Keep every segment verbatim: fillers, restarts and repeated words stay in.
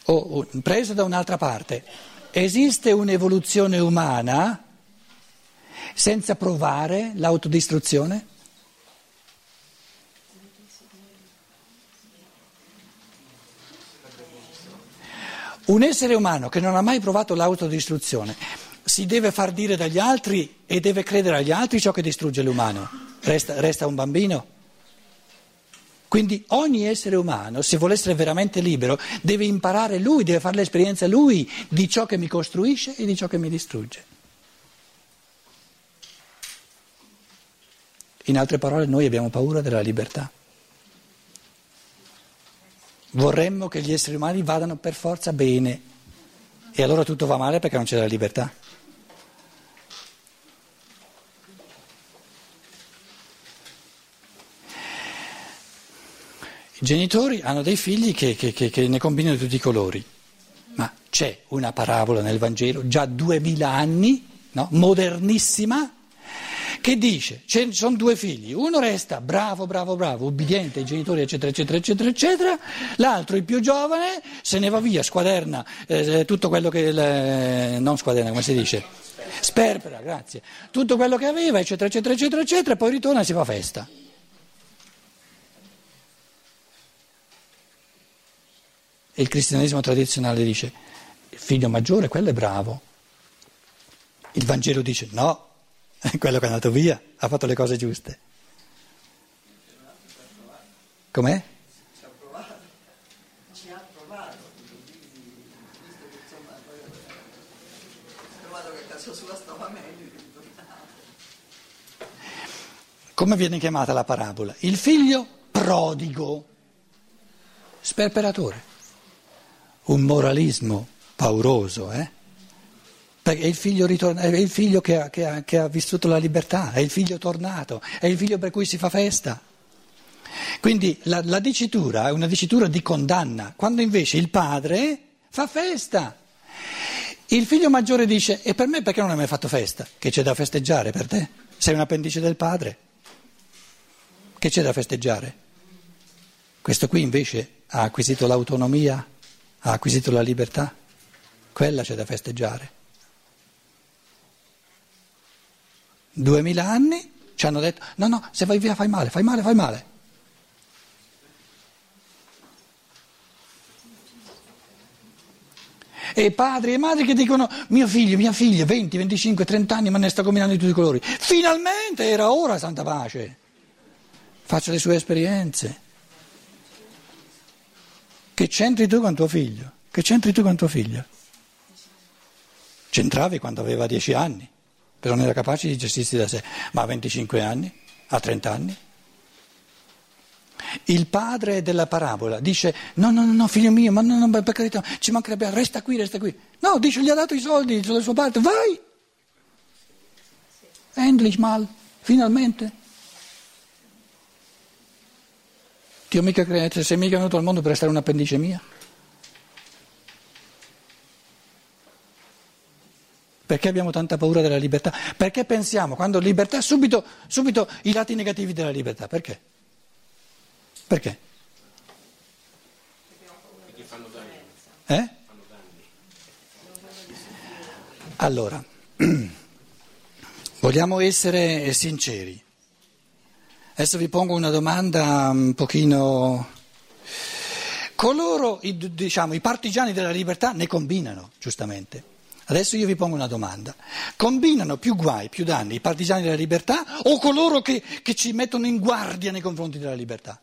o, o preso da un'altra parte, esiste un'evoluzione umana senza provare l'autodistruzione? Un essere umano che non ha mai provato l'autodistruzione si deve far dire dagli altri e deve credere agli altri ciò che distrugge l'umano. Resta, resta un bambino. Quindi ogni essere umano, se vuole essere veramente libero, deve imparare lui, deve fare l'esperienza lui di ciò che mi costruisce e di ciò che mi distrugge. In altre parole, noi abbiamo paura della libertà. Vorremmo che gli esseri umani vadano per forza bene e allora tutto va male perché non c'è la libertà. I genitori hanno dei figli che, che, che, che ne combinano di tutti i colori, ma c'è una parabola nel Vangelo, già duemila anni, no? Modernissima, che dice, ci sono due figli, uno resta bravo, bravo, bravo, ubbidiente ai genitori, eccetera, eccetera, eccetera, eccetera, l'altro, il più giovane, se ne va via, squaderna, eh, tutto quello che, le, non squaderna, come si dice? Sperpera, grazie, tutto quello che aveva, eccetera, eccetera, eccetera, eccetera, poi ritorna e si fa festa. E il cristianesimo tradizionale dice, il figlio maggiore, quello è bravo. Il Vangelo dice, no, quello che è andato via, ha fatto le cose giuste. Com'è? Ci ha provato, ci ha provato, visto che insomma ha trovato che caso sua stava meglio di ritornare. Come viene chiamata la parabola? Il figlio prodigo, sperperatore. Un moralismo pauroso, eh? Perché è il figlio, ritorn- è il figlio che, ha, che, ha, che ha vissuto la libertà, è il figlio tornato, è il figlio per cui si fa festa. Quindi la, la dicitura è una dicitura di condanna, quando invece il padre fa festa. Il figlio maggiore dice, e per me perché non hai mai fatto festa? Che c'è da festeggiare per te? Sei un appendice del padre? Che c'è da festeggiare? Questo qui invece ha acquisito l'autonomia, ha acquisito la libertà, quella c'è da festeggiare. Duemila anni ci hanno detto, no, no, se vai via fai male, fai male, fai male. E padri e madri che dicono, mio figlio, mia figlia, venti, venticinque, trenta anni, ma ne sta combinando di tutti i colori. Finalmente era ora, santa pace, faccia le sue esperienze. Che c'entri tu con tuo figlio? Che c'entri tu con tuo figlio? C'entravi quando aveva dieci anni, però non era capace di gestirsi da sé, ma a venticinque anni, a trenta anni. Il padre della parabola dice, no, no, no, figlio mio, ma no, no, per carità, ci mancherebbe, resta qui, resta qui. No, dice, gli ha dato i soldi sulla sua parte, vai! Endlich mal, finalmente. Dio mica crede, sei mica venuto al mondo per restare un appendice mia? Perché abbiamo tanta paura della libertà? Perché pensiamo, quando libertà, subito, subito i lati negativi della libertà. Perché? Perché? Perché fanno danni. Eh? Fanno danni. Allora, vogliamo essere sinceri. Adesso vi pongo una domanda un pochino. Coloro, i, diciamo, i partigiani della libertà ne combinano, giustamente. Adesso io vi pongo una domanda. Combinano più guai, più danni i partigiani della libertà o coloro che, che ci mettono in guardia nei confronti della libertà?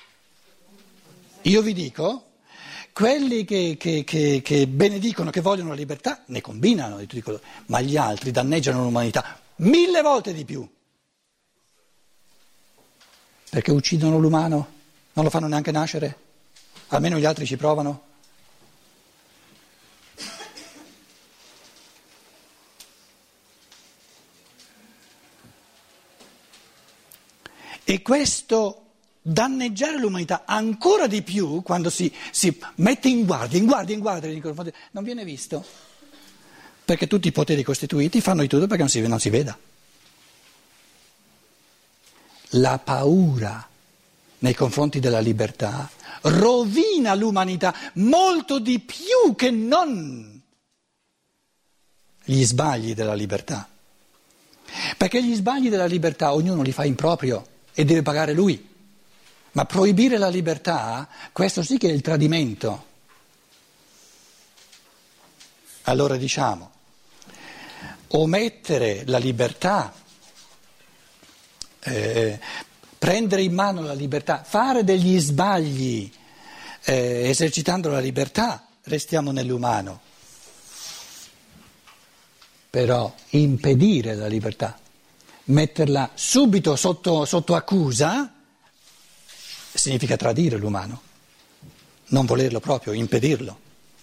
Io vi dico, quelli che, che, che, che benedicono, che vogliono la libertà, ne combinano di tutti i colori, ma gli altri danneggiano l'umanità mille volte di più. Perché uccidono l'umano? Non lo fanno neanche nascere? Almeno gli altri ci provano? E questo danneggiare l'umanità ancora di più quando si, si mette in guardia, in guardia, in guardia, non viene visto. Perché tutti i poteri costituiti fanno di tutto perché non si, non si veda. La paura nei confronti della libertà rovina l'umanità molto di più che non gli sbagli della libertà. Perché gli sbagli della libertà ognuno li fa in proprio e deve pagare lui. Ma proibire la libertà, questo sì che è il tradimento. Allora diciamo, omettere la libertà, eh, prendere in mano la libertà, fare degli sbagli eh, esercitando la libertà, restiamo nell'umano. Però impedire la libertà, metterla subito sotto, sotto accusa, significa tradire l'umano, non volerlo proprio, impedirlo.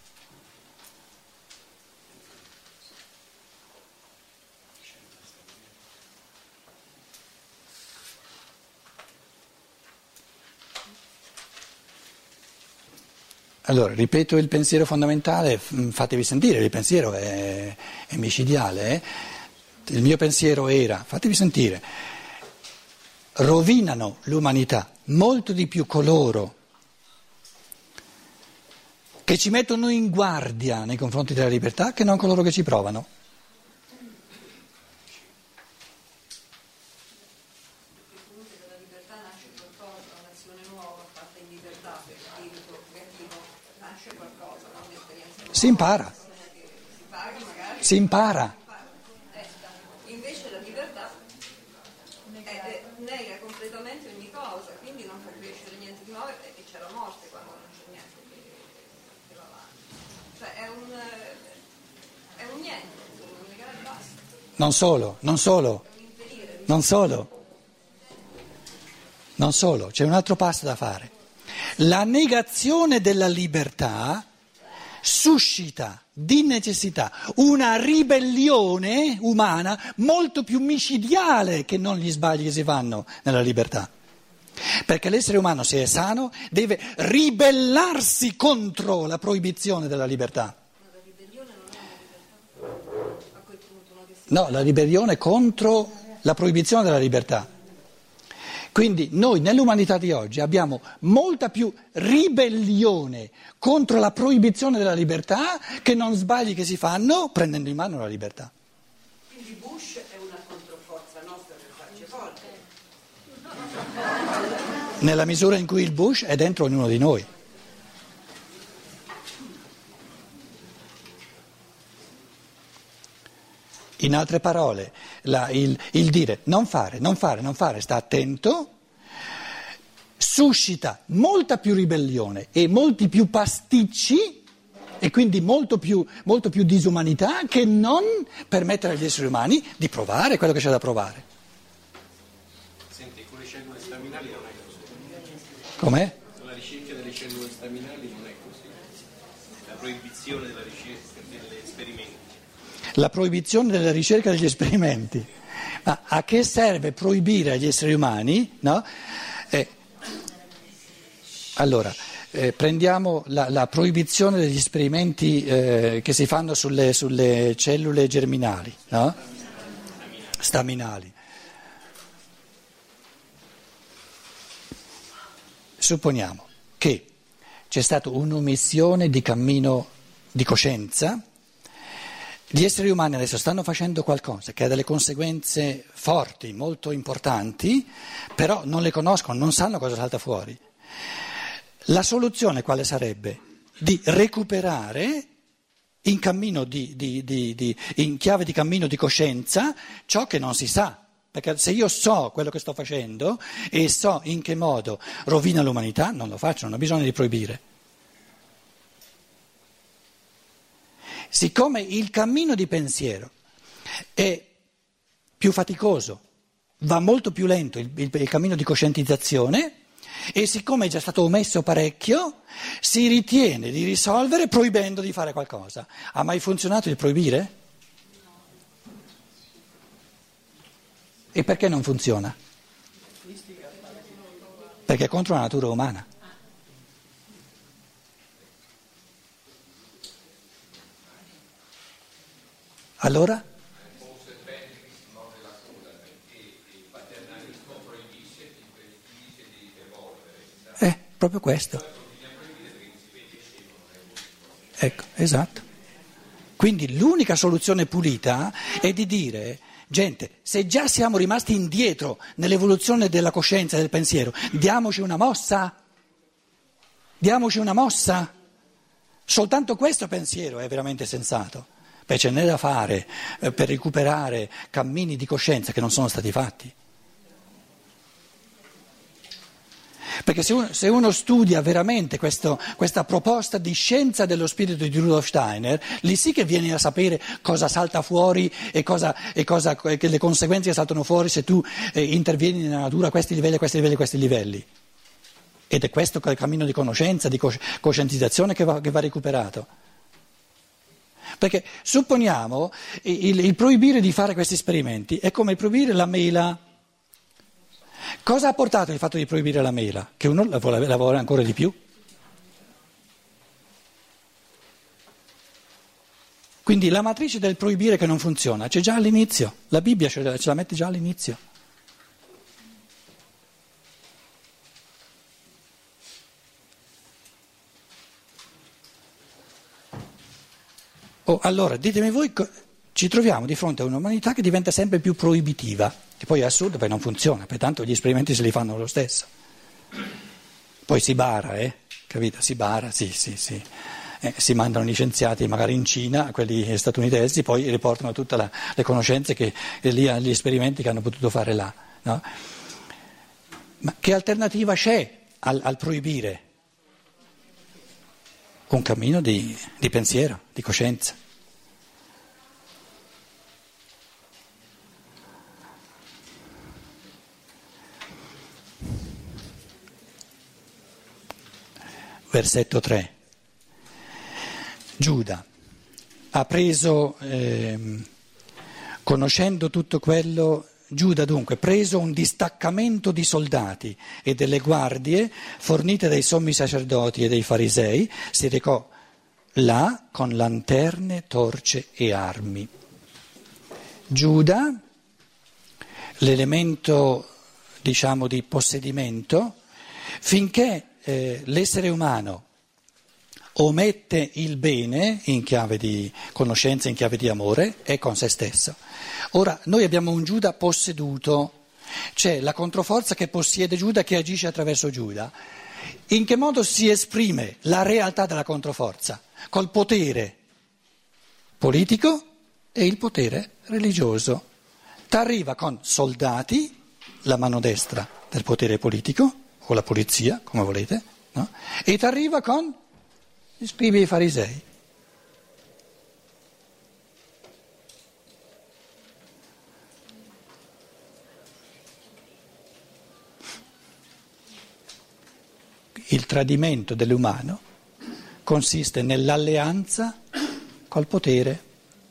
Allora, ripeto il pensiero fondamentale, fatevi sentire, il pensiero è, è micidiale. Eh? Il mio pensiero era, fatevi sentire, rovinano l'umanità molto di più coloro che ci mettono in guardia nei confronti della libertà che non coloro che ci provano. Si impara, si impara. Invece la libertà è, nega completamente ogni cosa, quindi non fa crescere niente di nuovo e c'è la morte quando non c'è niente che, che va avanti. Cioè è un, è un niente, un negare e basta. Non solo, non solo, non solo, non solo, c'è un altro passo da fare. La negazione della libertà suscita di necessità una ribellione umana molto più micidiale che non gli sbagli che si fanno nella libertà. Perché l'essere umano, se è sano, deve ribellarsi contro la proibizione della libertà. Ma la ribellione non è una libertà. A quel punto, no, che si No, la ribellione contro la proibizione della libertà. Quindi noi nell'umanità di oggi abbiamo molta più ribellione contro la proibizione della libertà che non sbagli che si fanno prendendo in mano la libertà. Quindi Bush è una controforza nostra per farci forte. Nella misura in cui il Bush è dentro ognuno di noi. In altre parole, la, il, il dire non fare, non fare, non fare, sta attento, suscita molta più ribellione e molti più pasticci e quindi molto più, molto più disumanità che non permettere agli esseri umani di provare quello che c'è da provare. Senti, con le cellule staminali non è così. Com'è? La ricerca delle cellule staminali non è così. La proibizione della ricerca degli esperimenti. La proibizione della ricerca degli esperimenti. Ma a che serve proibire agli esseri umani? No? Eh, allora, eh, prendiamo la, la proibizione degli esperimenti eh, che si fanno sulle, sulle cellule germinali, no? Staminali. Supponiamo che c'è stata un'omissione di cammino di coscienza. Gli esseri umani adesso stanno facendo qualcosa che ha delle conseguenze forti, molto importanti, però non le conoscono, non sanno cosa salta fuori. La soluzione quale sarebbe? Di recuperare in, cammino di, di, di, di, in chiave di cammino di coscienza ciò che non si sa. Perché se io so quello che sto facendo e so in che modo rovina l'umanità, non lo faccio, non ho bisogno di proibire. Siccome il cammino di pensiero è più faticoso, va molto più lento il, il, il cammino di coscientizzazione e siccome è già stato omesso parecchio, si ritiene di risolvere proibendo di fare qualcosa. Ha mai funzionato il proibire? E perché non funziona? Perché è contro la natura umana. Allora? È proprio questo. Ecco, esatto. Quindi l'unica soluzione pulita è di dire, gente, se già siamo rimasti indietro nell'evoluzione della coscienza e del pensiero, diamoci una mossa, diamoci una mossa. Soltanto questo pensiero è veramente sensato, perché ce n'è da fare eh, per recuperare cammini di coscienza che non sono stati fatti. Perché se uno, se uno studia veramente questo, questa proposta di scienza dello spirito di Rudolf Steiner, lì sì che vieni a sapere cosa salta fuori e, cosa, e cosa, che le conseguenze che saltano fuori se tu eh, intervieni nella natura a questi livelli, a questi livelli, a questi livelli. Ed è questo il cammino di conoscenza, di coscientizzazione che va, che va recuperato. Perché supponiamo il, il proibire di fare questi esperimenti è come proibire la mela. Cosa ha portato il fatto di proibire la mela? Che uno la vuole, la vuole ancora di più. Quindi la matrice del proibire che non funziona c'è già all'inizio, la Bibbia ce la, ce la mette già all'inizio. Oh, allora, ditemi voi, ci troviamo di fronte a un'umanità che diventa sempre più proibitiva, che poi è assurdo perché non funziona, pertanto gli esperimenti se li fanno lo stesso. Poi si bara, eh? Capito? Si bara, sì, sì, sì. Eh, si mandano gli scienziati magari in Cina, quelli statunitensi, poi riportano tutte la, le conoscenze che e lì gli esperimenti che hanno potuto fare là. No? Ma che alternativa c'è al, al proibire? Un cammino di, di pensiero, di coscienza. Versetto tre. Giuda ha preso, eh, conoscendo tutto quello, Giuda dunque preso un distaccamento di soldati e delle guardie fornite dai sommi sacerdoti e dei farisei, si recò là con lanterne, torce e armi. Giuda, l'elemento diciamo di possedimento, finché eh, l'essere umano omette il bene in chiave di conoscenza, in chiave di amore, è con se stesso. Ora, noi abbiamo un Giuda posseduto, c'è la controforza che possiede Giuda, che agisce attraverso Giuda. In che modo si esprime la realtà della controforza? Col potere politico e il potere religioso. T'arriva con soldati, la mano destra del potere politico, o la polizia, come volete, no? E t'arriva con gli scribi e i farisei. Il tradimento dell'umano consiste nell'alleanza col potere.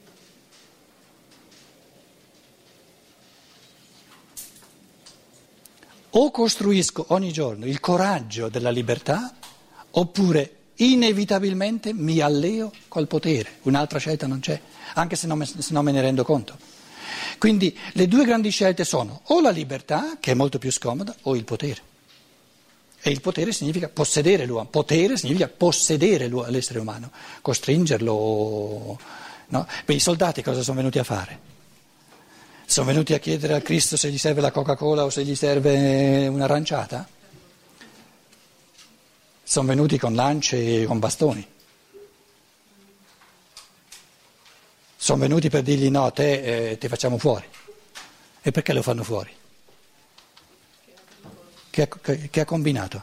O costruisco ogni giorno il coraggio della libertà, oppure inevitabilmente mi alleo col potere. Un'altra scelta non c'è, anche se non, me, se non me ne rendo conto. Quindi le due grandi scelte sono o la libertà, che è molto più scomoda, o il potere. E il potere significa possedere l'uomo, potere significa possedere l'essere umano, costringerlo. No? Beh, i soldati cosa sono venuti a fare? Sono venuti a chiedere a Cristo se gli serve la Coca-Cola o se gli serve un'aranciata? Sono venuti con lance e con bastoni. Sono venuti per dirgli no, te eh, ti facciamo fuori. E perché lo fanno fuori? Che ha, che, che ha combinato?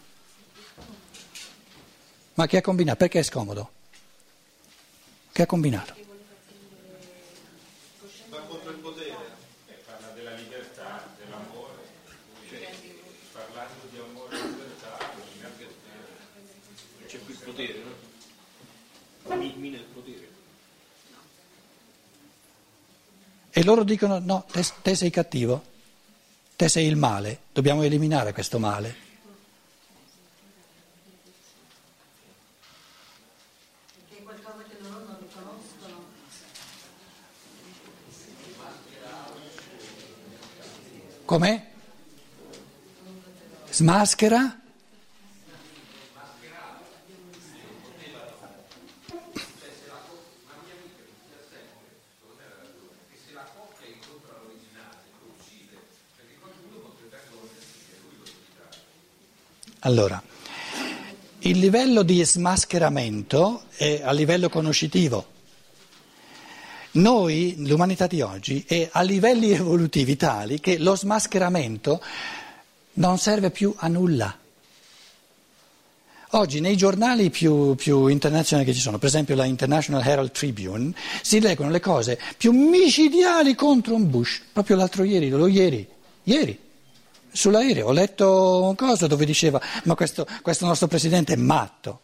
Ma che ha combinato? Perché è scomodo? Che ha combinato? Va contro il potere. Parla della libertà, dell'amore. Cioè, parlando di amore e libertà, c'è più potere, no? Mina il potere. E loro dicono no, te, te sei cattivo. Te sei il male, dobbiamo eliminare questo male. Perché è qualcosa che loro non riconoscono. Com'è? Smaschera? Allora, il livello di smascheramento è a livello conoscitivo. Noi, l'umanità di oggi, è a livelli evolutivi tali che lo smascheramento non serve più a nulla. Oggi nei giornali più, più internazionali che ci sono, per esempio la International Herald Tribune, si leggono le cose più micidiali contro un Bush. Proprio l'altro ieri, lo ieri, ieri, sull'aereo ho letto un coso dove diceva ma questo, questo nostro presidente è matto.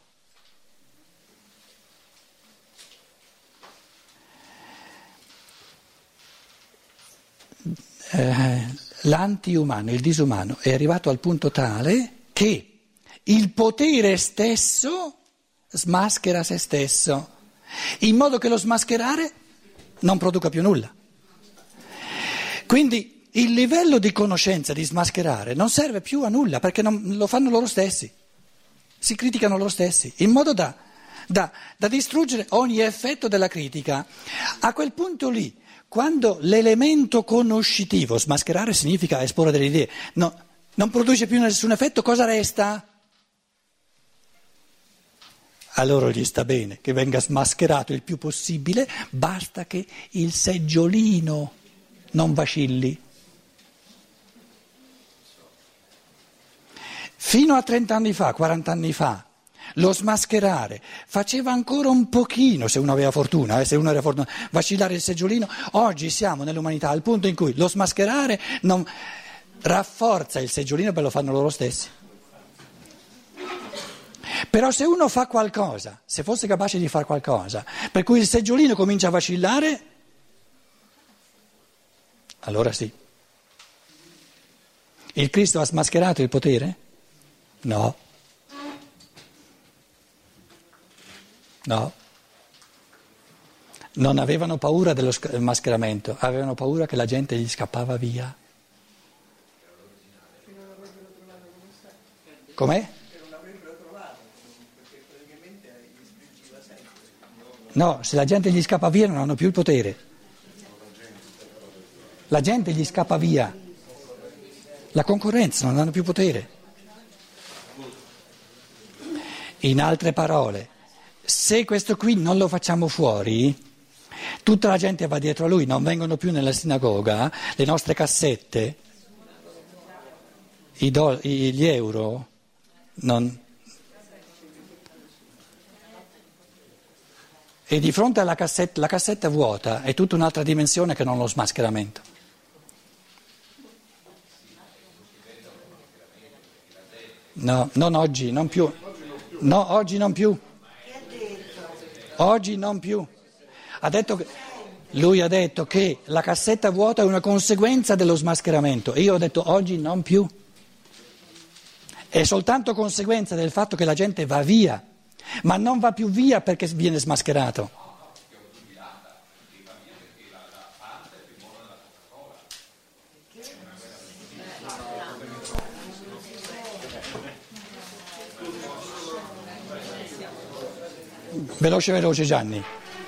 Eh, l'antiumano, il disumano è arrivato al punto tale che il potere stesso smaschera se stesso, in modo che lo smascherare non produca più nulla. Quindi il livello di conoscenza di smascherare non serve più a nulla, perché non, lo fanno loro stessi, si criticano loro stessi, in modo da, da, da distruggere ogni effetto della critica. A quel punto lì, quando l'elemento conoscitivo, smascherare significa esporre delle idee, no, non produce più nessun effetto, cosa resta? A loro gli sta bene che venga smascherato il più possibile, basta che il seggiolino non vacilli. Fino a trent'anni fa, quarant'anni fa, lo smascherare faceva ancora un pochino, se uno aveva fortuna, eh, se uno era fortunato, vacillare il seggiolino. Oggi siamo nell'umanità al punto in cui lo smascherare non rafforza il seggiolino, perché lo fanno loro stessi. Però se uno fa qualcosa, se fosse capace di fare qualcosa, per cui il seggiolino comincia a vacillare, allora sì. Il Cristo ha smascherato il potere? No. No. Non avevano paura dello mascheramento, avevano paura che la gente gli scappava via. Com'è? No, se la gente gli scappa via non hanno più il potere. La gente gli scappa via. La concorrenza non hanno più potere. In altre parole, se questo qui non lo facciamo fuori, tutta la gente va dietro a lui, non vengono più nella sinagoga, le nostre cassette, i do, gli euro, non... E di fronte alla cassetta, la cassetta vuota è tutta un'altra dimensione che non lo smascheramento. No, non oggi, non più. No, oggi non più. Oggi non più. Ha detto che, lui ha detto che la cassetta vuota è una conseguenza dello smascheramento. E io ho detto oggi non più. È soltanto conseguenza del fatto che la gente va via. Ma non va più via perché viene smascherato. Veloce, veloce Gianni.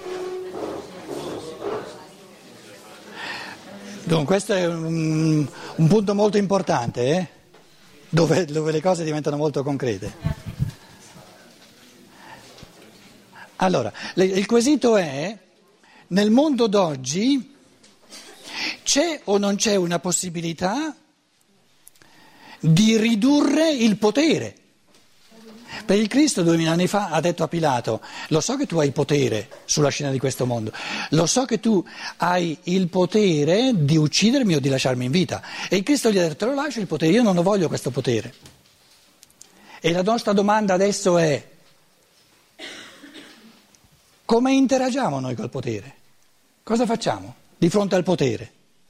Dunque, questo è un, un punto molto importante, eh? dove, dove le cose diventano molto concrete. Allora, il quesito è, nel mondo d'oggi c'è o non c'è una possibilità di ridurre il potere? Per il Cristo duemila anni fa ha detto a Pilato, lo so che tu hai potere sulla scena di questo mondo, lo so che tu hai il potere di uccidermi o di lasciarmi in vita. E il Cristo gli ha detto, te lo lascio il potere, io non lo voglio questo potere. E la nostra domanda adesso è, come interagiamo noi col potere? Cosa facciamo di fronte al potere?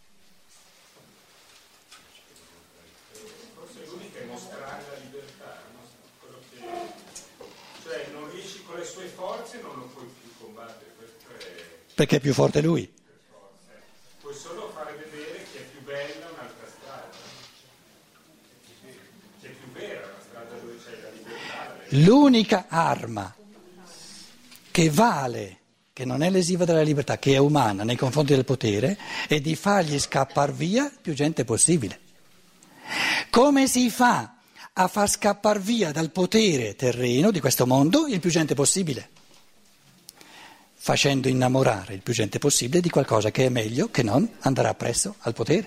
Forse l'unica è mostrare la libertà, no? Quello che... cioè non riesci con le sue forze, non lo puoi più combattere. Questo è... Perché è più forte lui. Puoi solo fare vedere che è più bella un'altra strada, che è più vera una strada dove c'è la libertà. L'unica arma che vale, che non è lesiva della libertà, che è umana nei confronti del potere, è di fargli scappar via più gente possibile. Come si fa a far scappar via dal potere terreno di questo mondo il più gente possibile, facendo innamorare il più gente possibile di qualcosa che è meglio che non andare appresso al potere.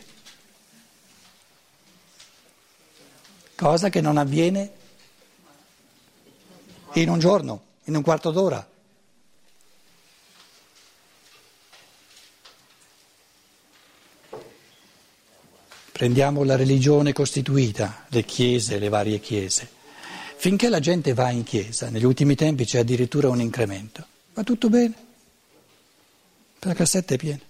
Cosa che non avviene in un giorno, in un quarto d'ora. Prendiamo la religione costituita, le chiese, le varie chiese. Finché la gente va in chiesa, negli ultimi tempi c'è addirittura un incremento. Va tutto bene, la cassetta è piena.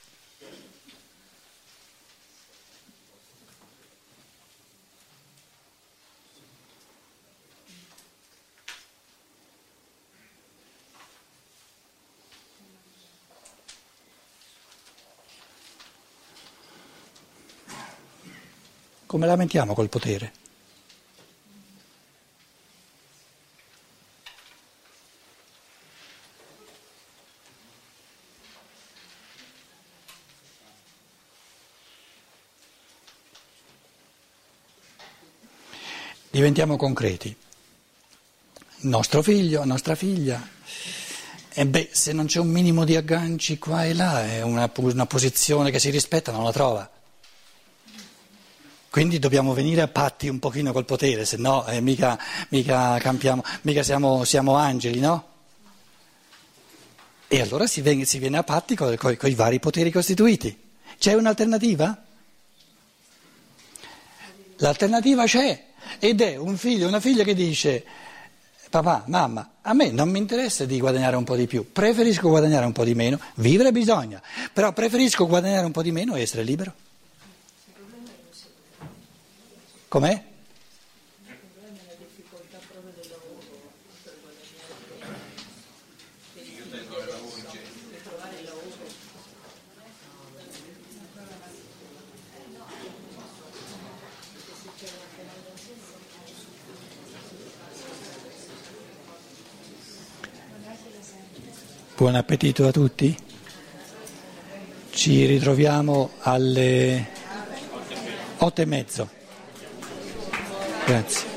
Come la mettiamo col potere? Diventiamo concreti. Il nostro figlio, la nostra figlia, e beh, se non c'è un minimo di agganci qua e là, è una, una posizione che si rispetta, non la trova. Quindi dobbiamo venire a patti un pochino col potere, se no eh, mica, mica campiamo, mica siamo, siamo angeli, no? E allora si viene, si viene a patti con i vari poteri costituiti. C'è un'alternativa? L'alternativa c'è, ed è un figlio, una figlia che dice: papà, mamma, a me non mi interessa di guadagnare un po' di più, preferisco guadagnare un po' di meno, vivere bisogna, però preferisco guadagnare un po' di meno e essere libero. Com'è? Buon appetito a tutti. Ci ritroviamo alle otto e mezzo. Grazie.